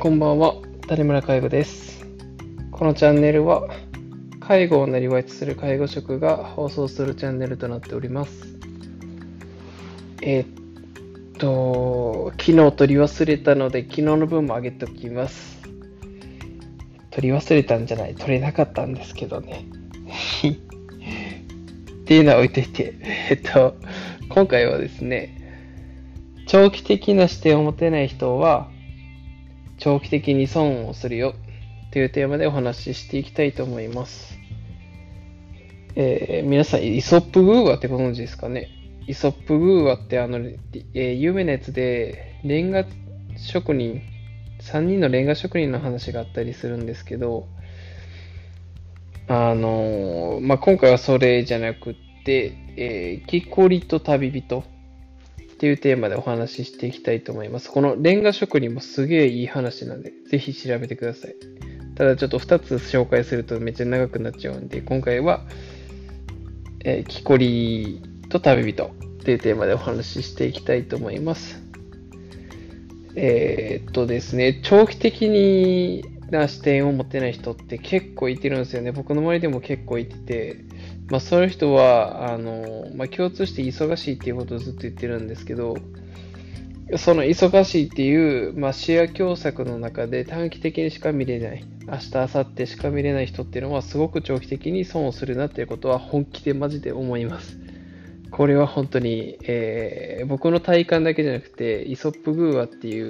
こんばんは、谷村介護です。このチャンネルは、介護をなりわいとする介護職が放送するチャンネルとなっております。昨日取り忘れたので、昨日の分も上げておきます。取り忘れたんじゃない、取れなかったんですけどね。っていうのは置いといて、今回はですね、長期的な視点を持てない人は、長期的に損をするよというテーマでお話ししていきたいと思います。皆さん、イソップ寓話ってご存知ですかね。イソップ寓話って有名なやつで、レンガ職人、3人のレンガ職人の話があったりするんですけど、今回はそれじゃなくって、木こりと旅人っていうテーマでお話ししていきたいと思います。このレンガ職人もすげえいい話なんで、ぜひ調べてください。ただちょっと2つ紹介するとめっちゃ長くなっちゃうんで、今回は、木こりと旅人っていうテーマでお話ししていきたいと思います。ですね、長期的な視点を持ってない人って結構いてるんですよね。僕の周りでも結構いてて、そういう人は共通して忙しいっていうことをずっと言ってるんですけど、その忙しいっていう、視野狭窄の中で短期的にしか見れない、明日、明後日しか見れない人っていうのはすごく長期的に損をするなっていうことは本気でマジで思います。これは本当に、僕の体感だけじゃなくて、イソップ寓話っていう、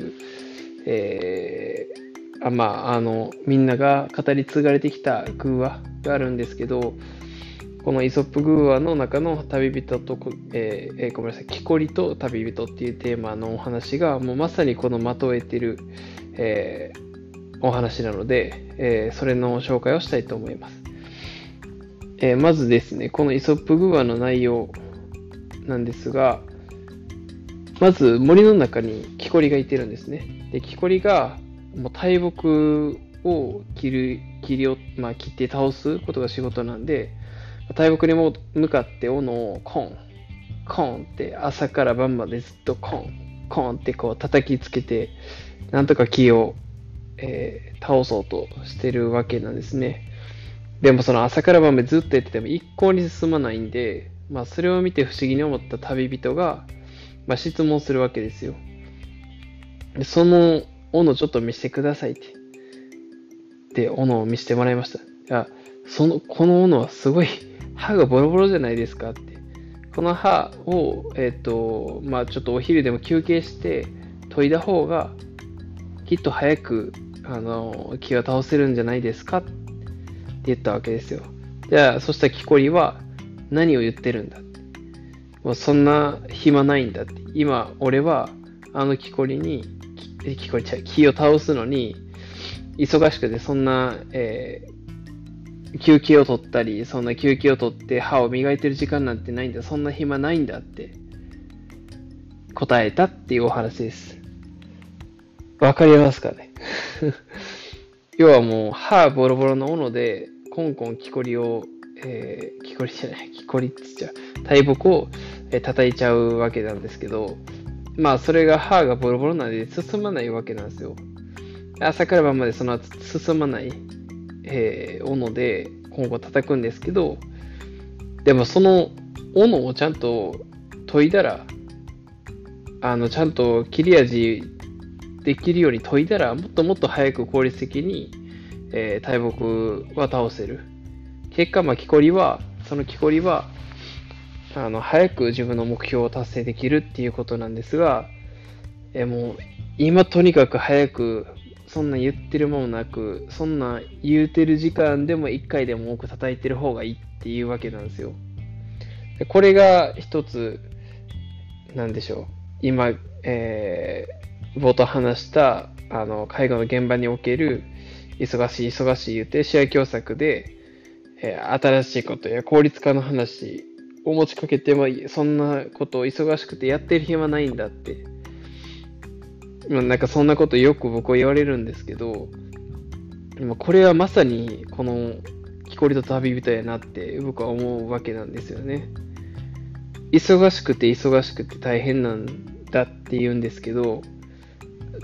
みんなが語り継がれてきた寓話があるんですけど、このイソップ寓話の中の旅人と、木こりと旅人っていうテーマのお話がもうまさにこのまとえてる、お話なので、それの紹介をしたいと思います。まずですね、このイソップ寓話の内容なんですが、まず森の中に木こりがいてるんですね。で、木こりがもう大木を切って倒すことが仕事なんで、大木に向かって斧をコン、コンって朝から晩までずっとコン、コンってこう叩きつけて、なんとか木を、倒そうとしてるわけなんですね。でもその朝から晩までずっとやってても一向に進まないんで、それを見て不思議に思った旅人が、質問するわけですよ。でその斧ちょっと見せてくださいって。で、斧を見せてもらいました。いや、この斧はすごい刃がボロボロじゃないですかって。この刃を、ちょっとお昼でも休憩して研いだ方がきっと早く、木を倒せるんじゃないですかって言ったわけですよ。じゃあ、そしたら木こりは何を言ってるんだって。もうそんな暇ないんだって。今、俺は木こりに、木を倒すのに忙しくて、そんな、休憩を取ったり、そんな休憩を取って歯を磨いてる時間なんてないんだ。そんな暇ないんだって答えたっていうお話です。わかりますかね。要はもう歯ボロボロの斧でコンコン木こりを、木こりって言っちゃう。大木を、叩いちゃうわけなんですけど、それが歯がボロボロなんで進まないわけなんですよ。朝から晩までその後進まない、斧で今後叩くんですけど、でもその斧をちゃんと研いだら、ちゃんと切れ味できるように研いだら、もっともっと早く効率的に、大木は倒せる。結果、その木こりは、早く自分の目標を達成できるっていうことなんですが、もう、今とにかく早く、そんな言ってるものなく、そんな言うてる時間でも1回でも多く叩いてる方がいいっていうわけなんですよ。でこれが一つ、なんでしょう。今、冒頭話した、介護の現場における、忙しい忙しい言って、視野狭窄で、新しいことや効率化の話を持ちかけても、そんなことを忙しくてやってる暇ないんだって。なんかそんなことよく僕は言われるんですけど、これはまさにこの木こりと旅人やなって僕は思うわけなんですよね。忙しくて大変なんだって言うんですけど、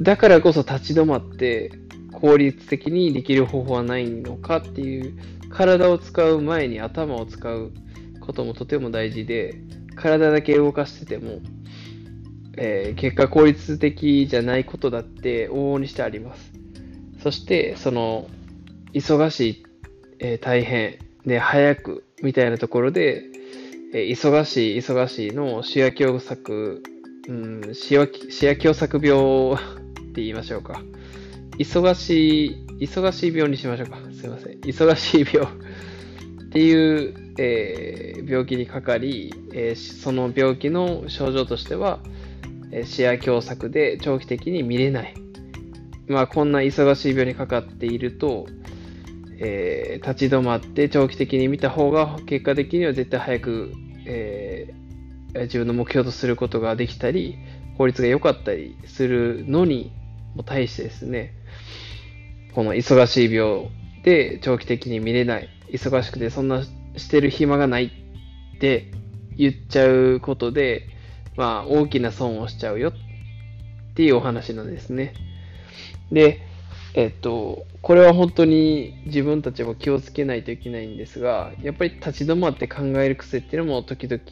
だからこそ立ち止まって効率的にできる方法はないのかっていう、体を使う前に頭を使うこともとても大事で、体だけ動かしてても、結果効率的じゃないことだって往々にしてあります。そしてその忙しい、大変で早くみたいなところで、忙しいの視野狭窄、視野狭窄病って言いましょうか。忙しい病にしましょうか。すいません。忙しい病っていう、病気にかかり、その病気の症状としては、視野狭窄で長期的に見れない。まあ、こんな忙しい病にかかっていると、立ち止まって長期的に見た方が結果的には絶対早く、自分の目標とすることができたり、効率が良かったりするのにも対してですね、この忙しい病で長期的に見れない、忙しくてそんなしてる暇がないって言っちゃうことで、まあ大きな損をしちゃうよっていうお話なんですね。で、これは本当に自分たちも気をつけないといけないんですが、やっぱり立ち止まって考える癖っていうのも時々、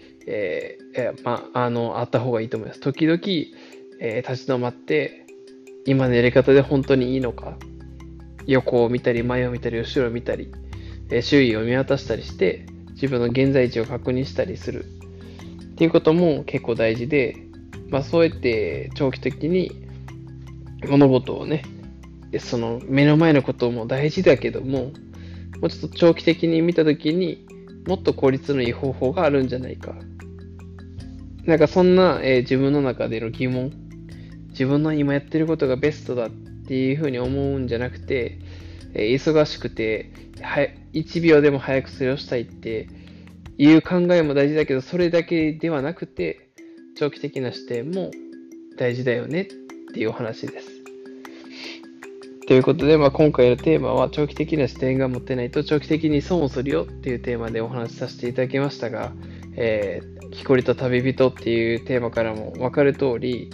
あった方がいいと思います。時々、立ち止まって、今のやり方で本当にいいのか、横を見たり、前を見たり、後ろを見たり、周囲を見渡したりして、自分の現在地を確認したりするっていうことも結構大事で、まあそうやって長期的に物事をね、その目の前のことも大事だけども、もうちょっと長期的に見たときにもっと効率のいい方法があるんじゃないか。なんかそんな、自分の中での疑問、自分の今やってることがベストだっていうふうに思うんじゃなくて、忙しくて1秒でも早くそれをしたいっていう考えも大事だけど、それだけではなくて長期的な視点も大事だよねっていうお話です。ということで、今回のテーマは長期的な視点が持ってないと長期的に損をするよっていうテーマでお話しさせていただきましたが、木こりと旅人っていうテーマからも分かる通り、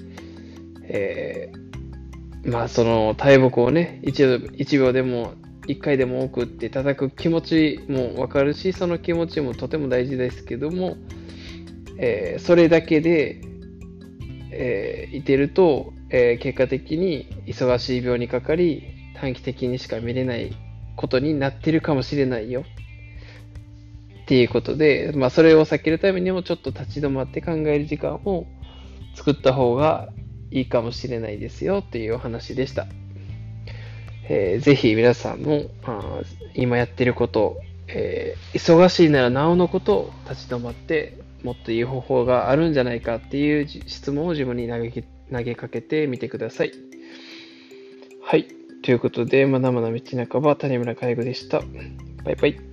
その大木をね、1秒でも1回でも多くって叩く気持ちも分かるし、その気持ちもとても大事ですけども、それだけで、いてると、結果的に忙しい病にかかり、短期的にしか見れないことになってるかもしれないよっていうことで、それを避けるためにもちょっと立ち止まって考える時間を作った方がいいかもしれないですよっていうお話でした。ぜひ皆さんも今やってること、忙しいならなおのことを立ち止まってもっといい方法があるんじゃないかっていう質問を自分に投げかけてみてください。はい。ということで、まだまだ道半ば、谷村介護でした。バイバイ。